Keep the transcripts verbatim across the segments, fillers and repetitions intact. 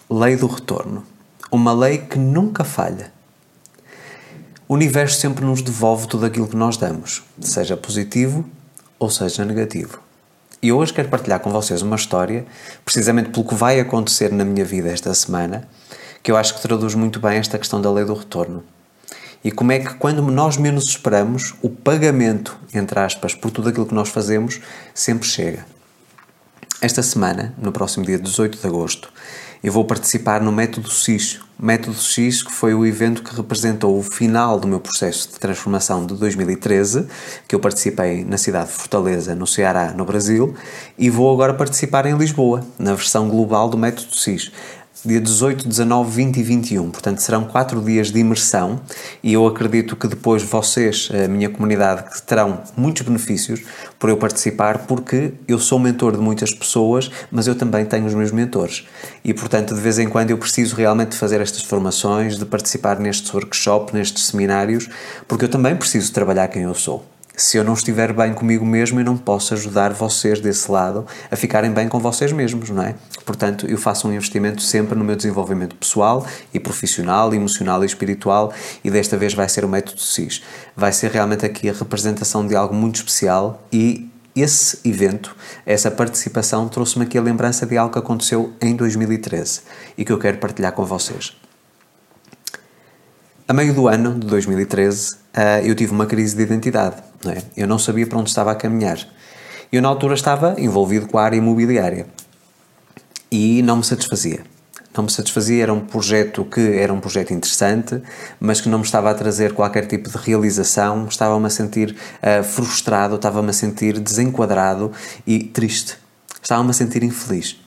Lei do retorno. Uma lei que nunca falha. O universo sempre nos devolve tudo aquilo que nós damos, seja positivo ou seja negativo. E hoje quero partilhar com vocês uma história, precisamente pelo que vai acontecer na minha vida esta semana, que eu acho que traduz muito bem esta questão da lei do retorno. E como é que, quando nós menos esperamos, o pagamento, entre aspas, por tudo aquilo que nós fazemos, sempre chega. Esta semana, no próximo dia dezoito de agosto, eu vou participar no Método X. Método X, que foi o evento que representou o final do meu processo de transformação de dois mil e treze, que eu participei na cidade de Fortaleza, no Ceará, no Brasil, e vou agora participar em Lisboa, na versão global do Método X. Dia dezoito, dezanove, vinte e vinte e um. Portanto, serão quatro dias de imersão e eu acredito que depois vocês, a minha comunidade, terão muitos benefícios por eu participar, porque eu sou mentor de muitas pessoas, mas eu também tenho os meus mentores. E, portanto, de vez em quando eu preciso realmente de fazer estas formações, de participar nestes workshops, nestes seminários, porque eu também preciso trabalhar quem eu sou. Se eu não estiver bem comigo mesmo, eu não posso ajudar vocês desse lado a ficarem bem com vocês mesmos, não é? Portanto, eu faço um investimento sempre no meu desenvolvimento pessoal e profissional, emocional e espiritual, e desta vez vai ser o Método X. Vai ser realmente aqui a representação de algo muito especial, e esse evento, essa participação, trouxe-me aqui a lembrança de algo que aconteceu em dois mil e treze e que eu quero partilhar com vocês. A meio do ano de dois mil e treze, eu tive uma crise de identidade, não é? Eu não sabia para onde estava a caminhar. Eu, na altura, estava envolvido com a área imobiliária e não me satisfazia. Não me satisfazia, era um projeto que era um projeto interessante, mas que não me estava a trazer qualquer tipo de realização. Estava-me a sentir uh, frustrado, estava-me a sentir desenquadrado e triste. Estava-me a sentir infeliz.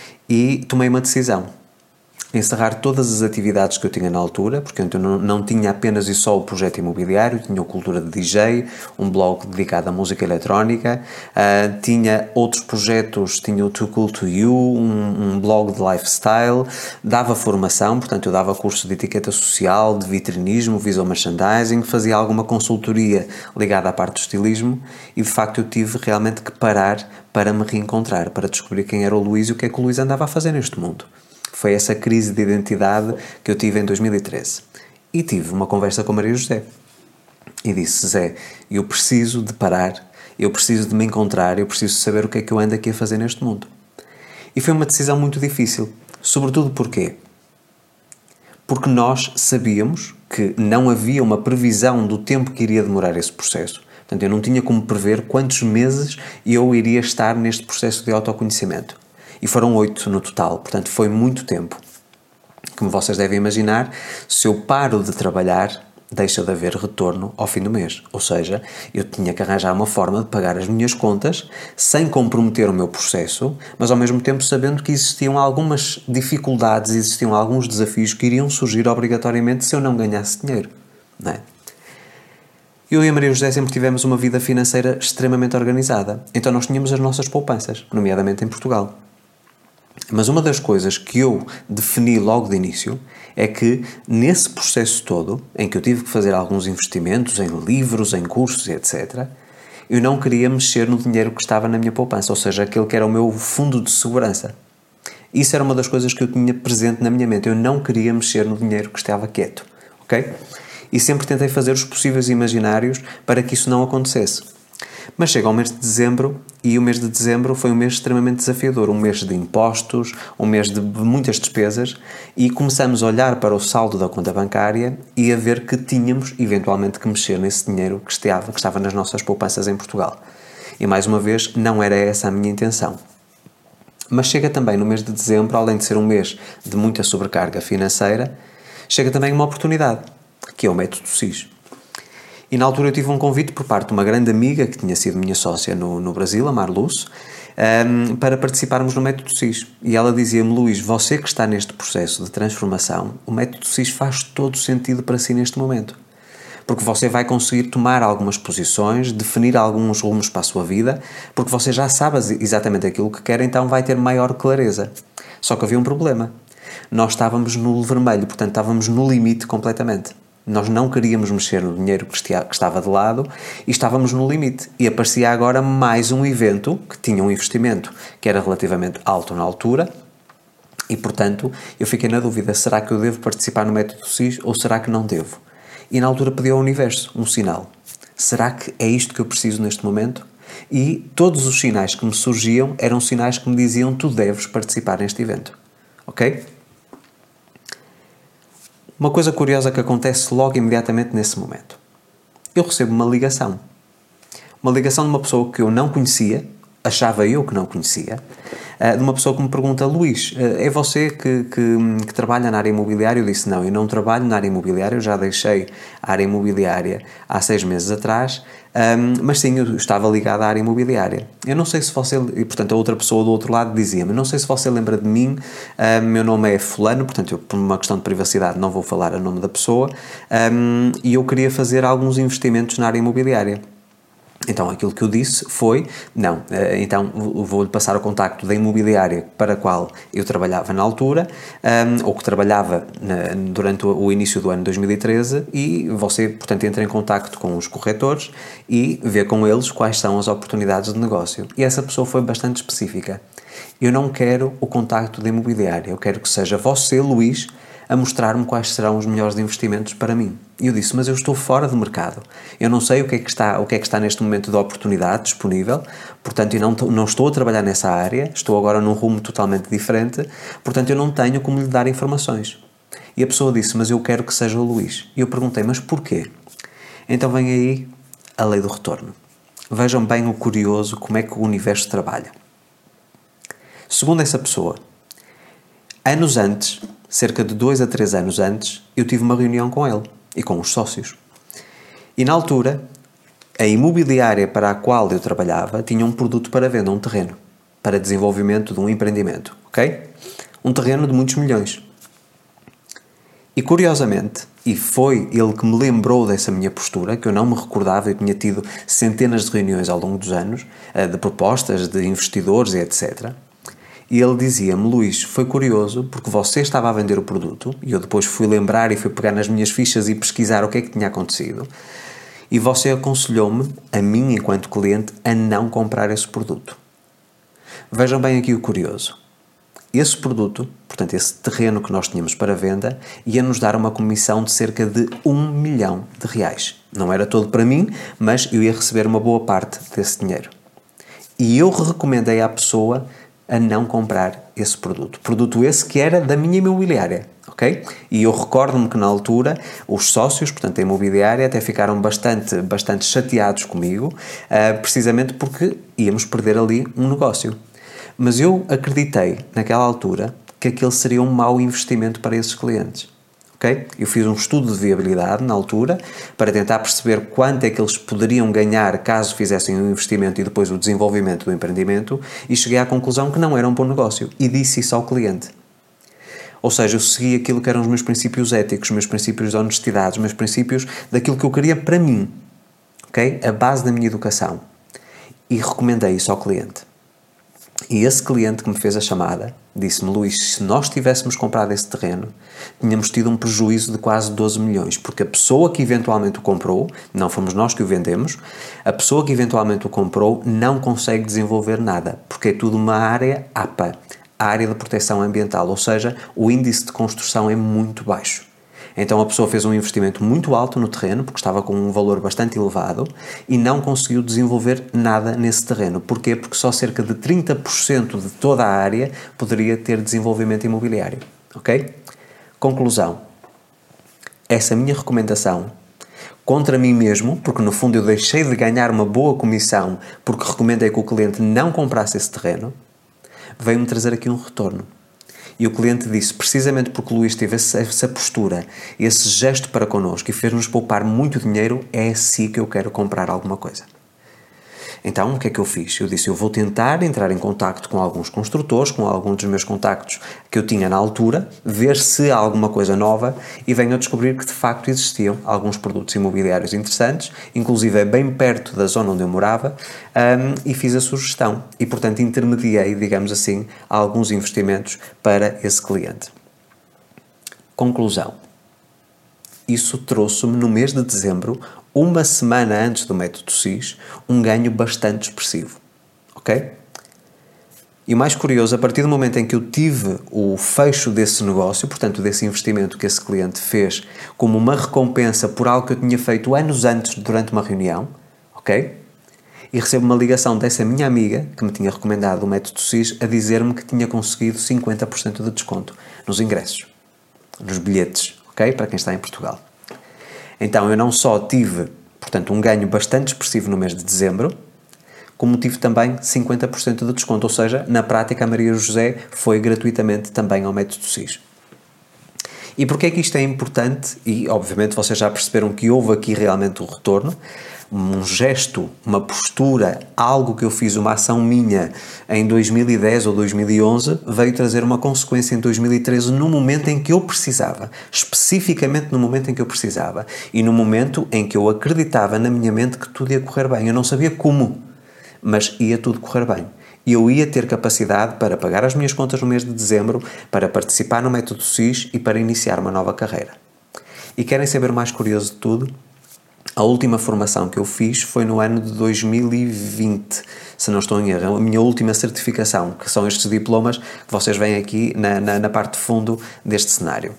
E tomei uma decisão. Encerrar todas as atividades que eu tinha na altura, porque eu não, não tinha apenas e só o projeto imobiliário, tinha o Cultura de D J, um blog dedicado à música eletrónica, uh, tinha outros projetos, tinha o Too Cool To You, um, um blog de lifestyle, dava formação, portanto eu dava curso de etiqueta social, de vitrinismo, visual merchandising, fazia alguma consultoria ligada à parte do estilismo, e de facto eu tive realmente que parar para me reencontrar, para descobrir quem era o Luís e o que é que o Luís andava a fazer neste mundo. Foi essa crise de identidade que eu tive em dois mil e treze. E tive uma conversa com Maria José. E disse: Zé, eu preciso de parar, eu preciso de me encontrar, eu preciso saber o que é que eu ando aqui a fazer neste mundo. E foi uma decisão muito difícil. Sobretudo porquê? Porque nós sabíamos que não havia uma previsão do tempo que iria demorar esse processo. Portanto, eu não tinha como prever quantos meses eu iria estar neste processo de autoconhecimento. E foram oito no total, portanto foi muito tempo. Como vocês devem imaginar, se eu paro de trabalhar, deixa de haver retorno ao fim do mês. Ou seja, eu tinha que arranjar uma forma de pagar as minhas contas sem comprometer o meu processo, mas ao mesmo tempo sabendo que existiam algumas dificuldades, existiam alguns desafios que iriam surgir obrigatoriamente se eu não ganhasse dinheiro. Não é? Eu e a Maria José sempre tivemos uma vida financeira extremamente organizada, então nós tínhamos as nossas poupanças, nomeadamente em Portugal. Mas uma das coisas que eu defini logo de início é que, nesse processo todo, em que eu tive que fazer alguns investimentos em livros, em cursos, etcétera, eu não queria mexer no dinheiro que estava na minha poupança, ou seja, aquele que era o meu fundo de segurança. Isso era uma das coisas que eu tinha presente na minha mente. Eu não queria mexer no dinheiro que estava quieto, ok? E sempre tentei fazer os possíveis imaginários para que isso não acontecesse. Mas chega ao mês de dezembro, e o mês de dezembro foi um mês extremamente desafiador, um mês de impostos, um mês de muitas despesas, e começamos a olhar para o saldo da conta bancária e a ver que tínhamos, eventualmente, que mexer nesse dinheiro que estava, que estava nas nossas poupanças em Portugal. E, mais uma vez, não era essa a minha intenção. Mas chega também no mês de dezembro, além de ser um mês de muita sobrecarga financeira, chega também uma oportunidade, que é o Método X. E na altura eu tive um convite por parte de uma grande amiga que tinha sido minha sócia no, no Brasil, a Marluz, um, para participarmos no Método X. E ela dizia-me: Luís, você que está neste processo de transformação, o Método X faz todo sentido para si neste momento. Porque você vai conseguir tomar algumas posições, definir alguns rumos para a sua vida, porque você já sabe exatamente aquilo que quer, então vai ter maior clareza. Só que havia um problema. Nós estávamos no vermelho, portanto estávamos no limite completamente. Nós não queríamos mexer no dinheiro que estava de lado e estávamos no limite. E aparecia agora mais um evento que tinha um investimento que era relativamente alto na altura E, portanto, eu fiquei na dúvida, será que eu devo participar no método S I S ou será que não devo? E na altura pedi ao universo um sinal. Será que é isto que eu preciso neste momento? E todos os sinais que me surgiam eram sinais que me diziam tu deves participar neste evento. Ok? Uma coisa curiosa que acontece logo imediatamente nesse momento. Eu recebo uma ligação. Uma ligação de uma pessoa que eu não conhecia, achava eu que não conhecia, de uma pessoa que me pergunta, Luís, é você que, que, que trabalha na área imobiliária? Eu disse, não, eu não trabalho na área imobiliária, eu já deixei a área imobiliária há seis meses atrás, um, mas sim, eu estava ligado à área imobiliária. Eu não sei se você, e portanto a outra pessoa do outro lado dizia-me, não sei se você lembra de mim, um, meu nome é fulano, portanto eu, por uma questão de privacidade não vou falar o nome da pessoa, um, e eu queria fazer alguns investimentos na área imobiliária. Então, aquilo que eu disse foi, não, então vou-lhe passar o contacto da imobiliária para a qual eu trabalhava na altura, um, ou que trabalhava na, durante o início do ano dois mil e treze, e você, portanto, entra em contacto com os corretores e vê com eles quais são as oportunidades de negócio. E essa pessoa foi bastante específica. Eu não quero o contacto da imobiliária, eu quero que seja você, Luís, a mostrar-me quais serão os melhores investimentos para mim. E eu disse, mas eu estou fora do mercado. Eu não sei o que é que está, o que é que está neste momento de oportunidade disponível, portanto eu não, não estou a trabalhar nessa área, estou agora num rumo totalmente diferente, portanto eu não tenho como lhe dar informações. E a pessoa disse, mas eu quero que seja o Luís. E eu perguntei, mas porquê? Então vem aí a lei do retorno. Vejam bem o curioso, como é que o universo trabalha. Segundo essa pessoa, anos antes, cerca de dois a três anos antes, eu tive uma reunião com ele e com os sócios. E na altura, a imobiliária para a qual eu trabalhava tinha um produto para venda, um terreno, para desenvolvimento de um empreendimento, ok? Um terreno de muitos milhões. E curiosamente, e foi ele que me lembrou dessa minha postura, que eu não me recordava, eu tinha tido centenas de reuniões ao longo dos anos, de propostas de investidores e etcétera. E ele dizia-me, Luís, foi curioso porque você estava a vender o produto e eu depois fui lembrar e fui pegar nas minhas fichas e pesquisar o que é que tinha acontecido e você aconselhou-me, a mim enquanto cliente, a não comprar esse produto. Vejam bem aqui o curioso. Esse produto, portanto esse terreno que nós tínhamos para venda, ia-nos dar uma comissão de cerca de um milhão de reais. Não era todo para mim, mas eu ia receber uma boa parte desse dinheiro. E eu recomendei à pessoa a não comprar esse produto. Produto esse que era da minha imobiliária, ok? E eu recordo-me que na altura os sócios, portanto a imobiliária, até ficaram bastante, bastante chateados comigo, uh, precisamente porque íamos perder ali um negócio. Mas eu acreditei, naquela altura, que aquele seria um mau investimento para esses clientes. Okay? Eu fiz um estudo de viabilidade na altura para tentar perceber quanto é que eles poderiam ganhar caso fizessem o investimento e depois o desenvolvimento do empreendimento e cheguei à conclusão que não era um bom negócio e disse isso ao cliente. Ou seja, eu segui aquilo que eram os meus princípios éticos, os meus princípios de honestidade, os meus princípios daquilo que eu queria para mim, okay? A base da minha educação. E recomendei isso ao cliente. E esse cliente que me fez a chamada disse-me, Luís, se nós tivéssemos comprado esse terreno, tínhamos tido um prejuízo de quase doze milhões, porque a pessoa que eventualmente o comprou, não fomos nós que o vendemos, a pessoa que eventualmente o comprou não consegue desenvolver nada, porque é tudo uma área A P A, a área de proteção ambiental, ou seja, o índice de construção é muito baixo. Então a pessoa fez um investimento muito alto no terreno, porque estava com um valor bastante elevado, e não conseguiu desenvolver nada nesse terreno. Porquê? Porque só cerca de trinta por cento de toda a área poderia ter desenvolvimento imobiliário. Ok? Conclusão. Essa minha recomendação, contra mim mesmo, porque no fundo eu deixei de ganhar uma boa comissão porque recomendei que o cliente não comprasse esse terreno, veio-me trazer aqui um retorno. E o cliente disse, precisamente porque o Luís teve essa postura, esse gesto para connosco e fez-nos poupar muito dinheiro, é assim que eu quero comprar alguma coisa. Então, o que é que eu fiz? Eu disse, eu vou tentar entrar em contacto com alguns construtores, com alguns dos meus contactos que eu tinha na altura, ver se há alguma coisa nova e venho a descobrir que de facto existiam alguns produtos imobiliários interessantes, inclusive bem perto da zona onde eu morava, um, e fiz a sugestão e, portanto, intermediei, digamos assim, alguns investimentos para esse cliente. Conclusão. Isso trouxe-me, no mês de dezembro, uma semana antes do método S I S, um ganho bastante expressivo. Ok? E o mais curioso, a partir do momento em que eu tive o fecho desse negócio, portanto desse investimento que esse cliente fez como uma recompensa por algo que eu tinha feito anos antes durante uma reunião, ok? E recebo uma ligação dessa minha amiga, que me tinha recomendado o método S I S, a dizer-me que tinha conseguido cinquenta por cento de desconto nos ingressos, nos bilhetes, ok? Para quem está em Portugal. Então eu não só tive, portanto, um ganho bastante expressivo no mês de dezembro, como tive também cinquenta por cento de desconto, ou seja, na prática a Maria José foi gratuitamente também ao método S I S. E porquê é que isto é importante? E obviamente vocês já perceberam que houve aqui realmente o retorno, um gesto, uma postura, algo que eu fiz, uma ação minha em dois mil e dez ou dois mil e onze, veio trazer uma consequência em dois mil e treze no momento em que eu precisava, especificamente no momento em que eu precisava e no momento em que eu acreditava na minha mente que tudo ia correr bem. Eu não sabia como, mas ia tudo correr bem. E eu ia ter capacidade para pagar as minhas contas no mês de dezembro, para participar no método S I S e para iniciar uma nova carreira. E querem saber o mais curioso de tudo? A última formação que eu fiz foi no ano de dois mil e vinte, se não estou em erro, a minha última certificação, que são estes diplomas que vocês veem aqui na, na, na parte de fundo deste cenário.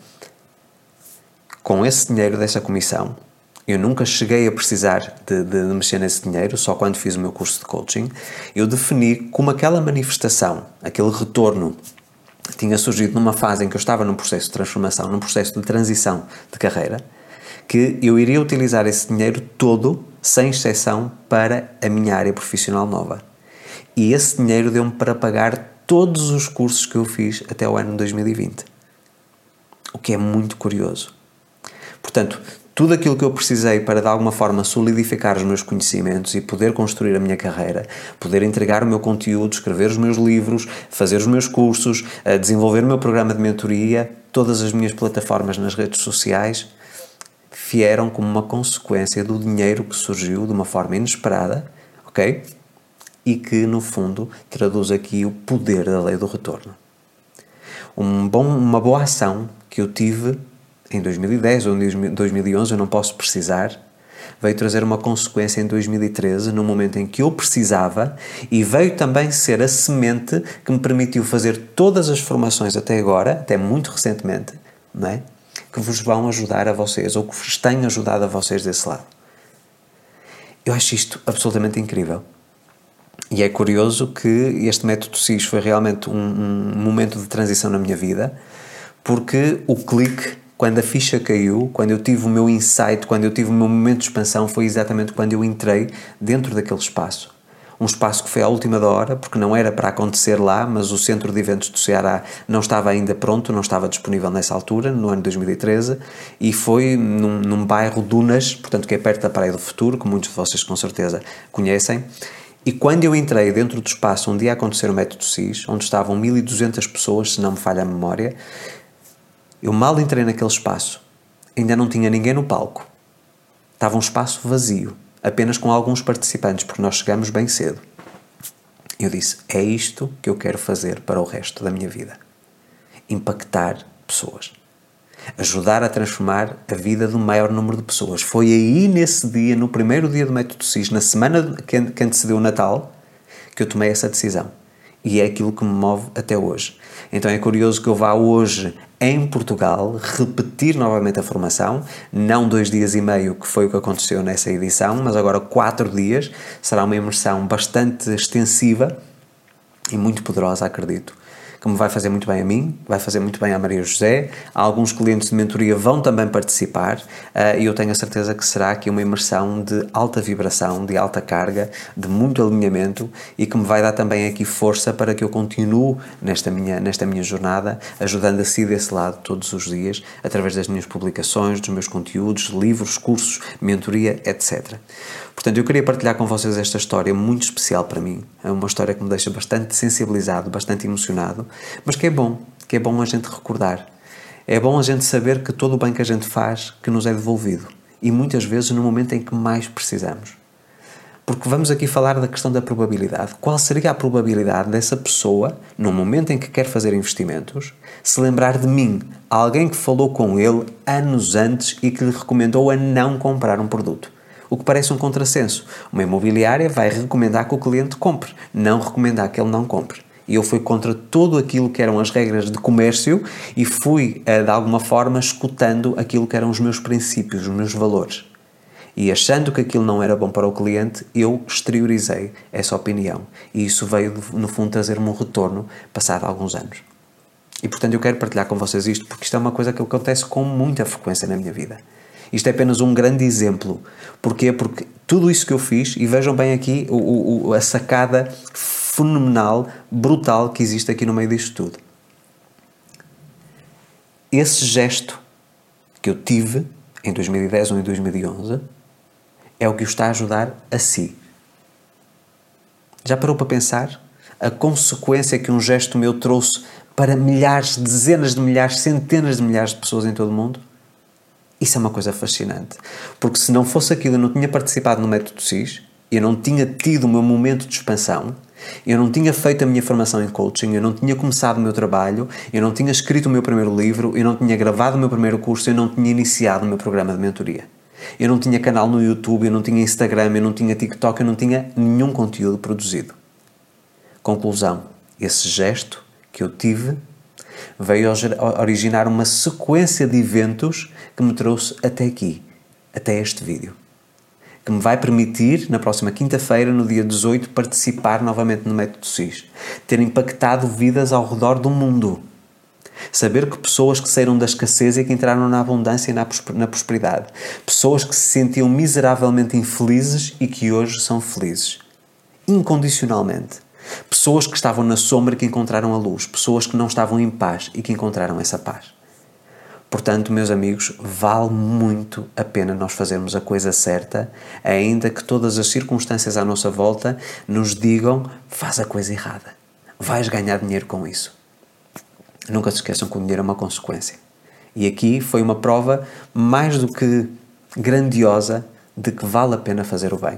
Com esse dinheiro dessa comissão, eu nunca cheguei a precisar de, de, de mexer nesse dinheiro, só quando fiz o meu curso de coaching, eu defini como aquela manifestação, aquele retorno, tinha surgido numa fase em que eu estava num processo de transformação, num processo de transição de carreira, que eu iria utilizar esse dinheiro todo, sem exceção, para a minha área profissional nova. E esse dinheiro deu-me para pagar todos os cursos que eu fiz até o ano de dois mil e vinte. O que é muito curioso. Portanto, tudo aquilo que eu precisei para de alguma forma solidificar os meus conhecimentos e poder construir a minha carreira, poder entregar o meu conteúdo, escrever os meus livros, fazer os meus cursos, desenvolver o meu programa de mentoria, todas as minhas plataformas nas redes sociais, vieram como uma consequência do dinheiro que surgiu de uma forma inesperada, ok? E que, no fundo, traduz aqui o poder da lei do retorno. Um bom, uma boa ação que eu tive em dois mil e dez ou em dois mil e onze, eu não posso precisar, veio trazer uma consequência em dois mil e treze, no momento em que eu precisava, e veio também ser a semente que me permitiu fazer todas as formações até agora, até muito recentemente, não é? Que vos vão ajudar a vocês, ou que vos têm ajudado a vocês desse lado. Eu acho isto absolutamente incrível. E é curioso que este método S I S foi realmente um, um momento de transição na minha vida, porque o clique, quando a ficha caiu, quando eu tive o meu insight, quando eu tive o meu momento de expansão, foi exatamente quando eu entrei dentro daquele espaço. Um espaço que foi à última da hora, porque não era para acontecer lá, mas o Centro de Eventos do Ceará não estava ainda pronto, não estava disponível nessa altura, no ano de dois mil e treze, e foi num, num bairro Dunas, portanto que é perto da Praia do Futuro, que muitos de vocês com certeza conhecem. E quando eu entrei dentro do espaço onde ia acontecer o método S I S, onde estavam mil e duzentas pessoas, se não me falha a memória, eu mal entrei naquele espaço, ainda não tinha ninguém no palco. Estava um espaço vazio, apenas com alguns participantes, porque nós chegamos bem cedo. Eu disse, é isto que eu quero fazer para o resto da minha vida. Impactar pessoas. Ajudar a transformar a vida do maior número de pessoas. Foi aí, nesse dia, no primeiro dia do método S I S, na semana que antecedeu o Natal, que eu tomei essa decisão. E é aquilo que me move até hoje. Então é curioso que eu vá hoje em Portugal repetir novamente a formação, não dois dias e meio, que foi o que aconteceu nessa edição, mas agora quatro dias. Será uma imersão bastante extensiva e muito poderosa, acredito, que me vai fazer muito bem a mim, vai fazer muito bem à Maria José. Alguns clientes de mentoria vão também participar uh, e eu tenho a certeza que será aqui uma imersão de alta vibração, de alta carga, de muito alinhamento e que me vai dar também aqui força para que eu continue nesta minha, nesta minha jornada, ajudando a si desse lado todos os dias, através das minhas publicações, dos meus conteúdos, livros, cursos, mentoria, etcétera. Portanto, eu queria partilhar com vocês esta história muito especial para mim. É uma história que me deixa bastante sensibilizado, bastante emocionado, mas que é bom, que é bom a gente recordar. É bom a gente saber que todo o bem que a gente faz, que nos é devolvido. E muitas vezes no momento em que mais precisamos. Porque vamos aqui falar da questão da probabilidade. Qual seria a probabilidade dessa pessoa, no momento em que quer fazer investimentos, se lembrar de mim, alguém que falou com ele anos antes e que lhe recomendou a não comprar um produto? O que parece um contrassenso. Uma imobiliária vai recomendar que o cliente compre, não recomendar que ele não compre. E eu fui contra tudo aquilo que eram as regras de comércio e fui, de alguma forma, escutando aquilo que eram os meus princípios, os meus valores. E achando que aquilo não era bom para o cliente, eu exteriorizei essa opinião. E isso veio, no fundo, trazer-me um retorno passado alguns anos. E, portanto, eu quero partilhar com vocês isto, porque isto é uma coisa que acontece com muita frequência na minha vida. Isto é apenas um grande exemplo. Porquê? Porque tudo isso que eu fiz, e vejam bem aqui o, o, a sacada fenomenal, brutal que existe aqui no meio disto tudo. Esse gesto que eu tive em dois mil e dez ou em dois mil e onze é o que o está a ajudar a si. Já parou para pensar? A consequência que um gesto meu trouxe para milhares, dezenas de milhares, centenas de milhares de pessoas em todo o mundo? Isso é uma coisa fascinante. Porque se não fosse aquilo, eu não tinha participado no Método S I S, eu não tinha tido o meu momento de expansão, eu não tinha feito a minha formação em coaching, eu não tinha começado o meu trabalho, eu não tinha escrito o meu primeiro livro, eu não tinha gravado o meu primeiro curso, eu não tinha iniciado o meu programa de mentoria. Eu não tinha canal no YouTube, eu não tinha Instagram, eu não tinha TikTok, eu não tinha nenhum conteúdo produzido. Conclusão, esse gesto que eu tive veio originar uma sequência de eventos que me trouxe até aqui, até este vídeo. Que me vai permitir, na próxima quinta-feira, no dia dezoito, participar novamente no Método S I S. Ter impactado vidas ao redor do mundo. Saber que pessoas que saíram da escassez e que entraram na abundância e na prosperidade. Pessoas que se sentiam miseravelmente infelizes e que hoje são felizes. Incondicionalmente. Pessoas que estavam na sombra e que encontraram a luz. Pessoas que não estavam em paz e que encontraram essa paz. Portanto, meus amigos, vale muito a pena nós fazermos a coisa certa, ainda que todas as circunstâncias à nossa volta nos digam: faz a coisa errada. Vais ganhar dinheiro com isso. Nunca se esqueçam que o dinheiro é uma consequência. E aqui foi uma prova mais do que grandiosa de que vale a pena fazer o bem.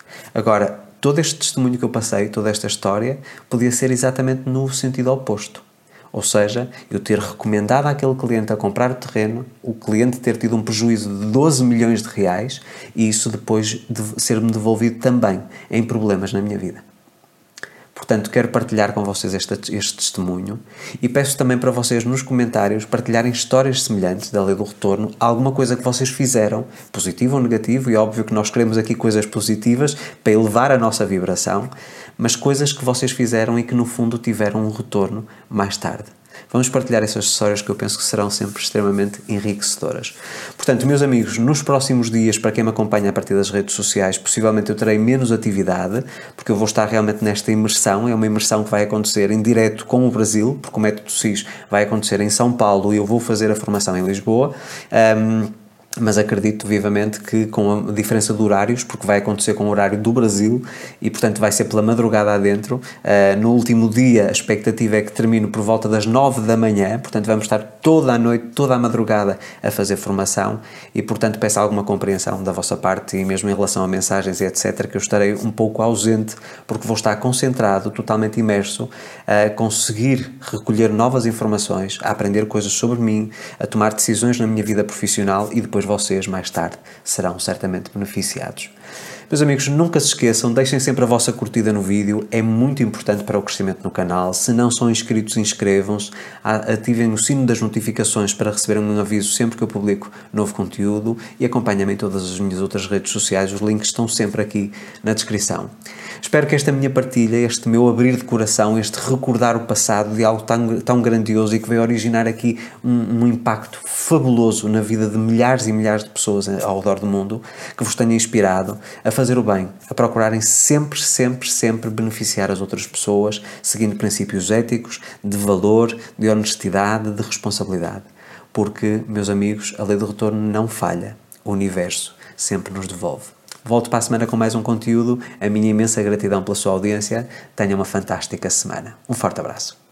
Agora, todo este testemunho que eu passei, toda esta história, podia ser exatamente no sentido oposto. Ou seja, eu ter recomendado àquele cliente a comprar o terreno, o cliente ter tido um prejuízo de doze milhões de reais e isso depois de ser-me devolvido também em problemas na minha vida. Portanto, quero partilhar com vocês este, este testemunho e peço também para vocês nos comentários partilharem histórias semelhantes da lei do retorno, alguma coisa que vocês fizeram, positivo ou negativo, e óbvio que nós queremos aqui coisas positivas para elevar a nossa vibração, mas coisas que vocês fizeram e que no fundo tiveram um retorno mais tarde. Vamos partilhar essas histórias que eu penso que serão sempre extremamente enriquecedoras. Portanto, meus amigos, nos próximos dias, para quem me acompanha a partir das redes sociais, possivelmente eu terei menos atividade, porque eu vou estar realmente nesta imersão. É uma imersão que vai acontecer em direto com o Brasil, porque o Método S I S vai acontecer em São Paulo e eu vou fazer a formação em Lisboa. Um, Mas acredito vivamente que com a diferença de horários, porque vai acontecer com o horário do Brasil e, portanto, vai ser pela madrugada adentro. Uh, no último dia, a expectativa é que termine por volta das nove da manhã, portanto, vamos estar toda a noite, toda a madrugada a fazer formação e, portanto, peço alguma compreensão da vossa parte e mesmo em relação a mensagens e etcétera, que eu estarei um pouco ausente, porque vou estar concentrado, totalmente imerso, a conseguir recolher novas informações, a aprender coisas sobre mim, a tomar decisões na minha vida profissional e depois vocês, mais tarde, serão certamente beneficiados. Meus amigos, nunca se esqueçam, deixem sempre a vossa curtida no vídeo, é muito importante para o crescimento no canal. Se não são inscritos, inscrevam-se, ativem o sino das notificações para receberem um aviso sempre que eu publico novo conteúdo e acompanhem-me em todas as minhas outras redes sociais, os links estão sempre aqui na descrição. Espero que esta minha partilha, este meu abrir de coração, este recordar o passado de algo tão, tão grandioso e que veio originar aqui um, um impacto fabuloso na vida de milhares e milhares de pessoas ao redor do mundo, que vos tenha inspirado a fazer o bem, a procurarem sempre, sempre, sempre beneficiar as outras pessoas, seguindo princípios éticos, de valor, de honestidade, de responsabilidade. Porque, meus amigos, a lei do retorno não falha. O universo sempre nos devolve. Volto para a semana com mais um conteúdo. A minha imensa gratidão pela sua audiência. Tenha uma fantástica semana. Um forte abraço.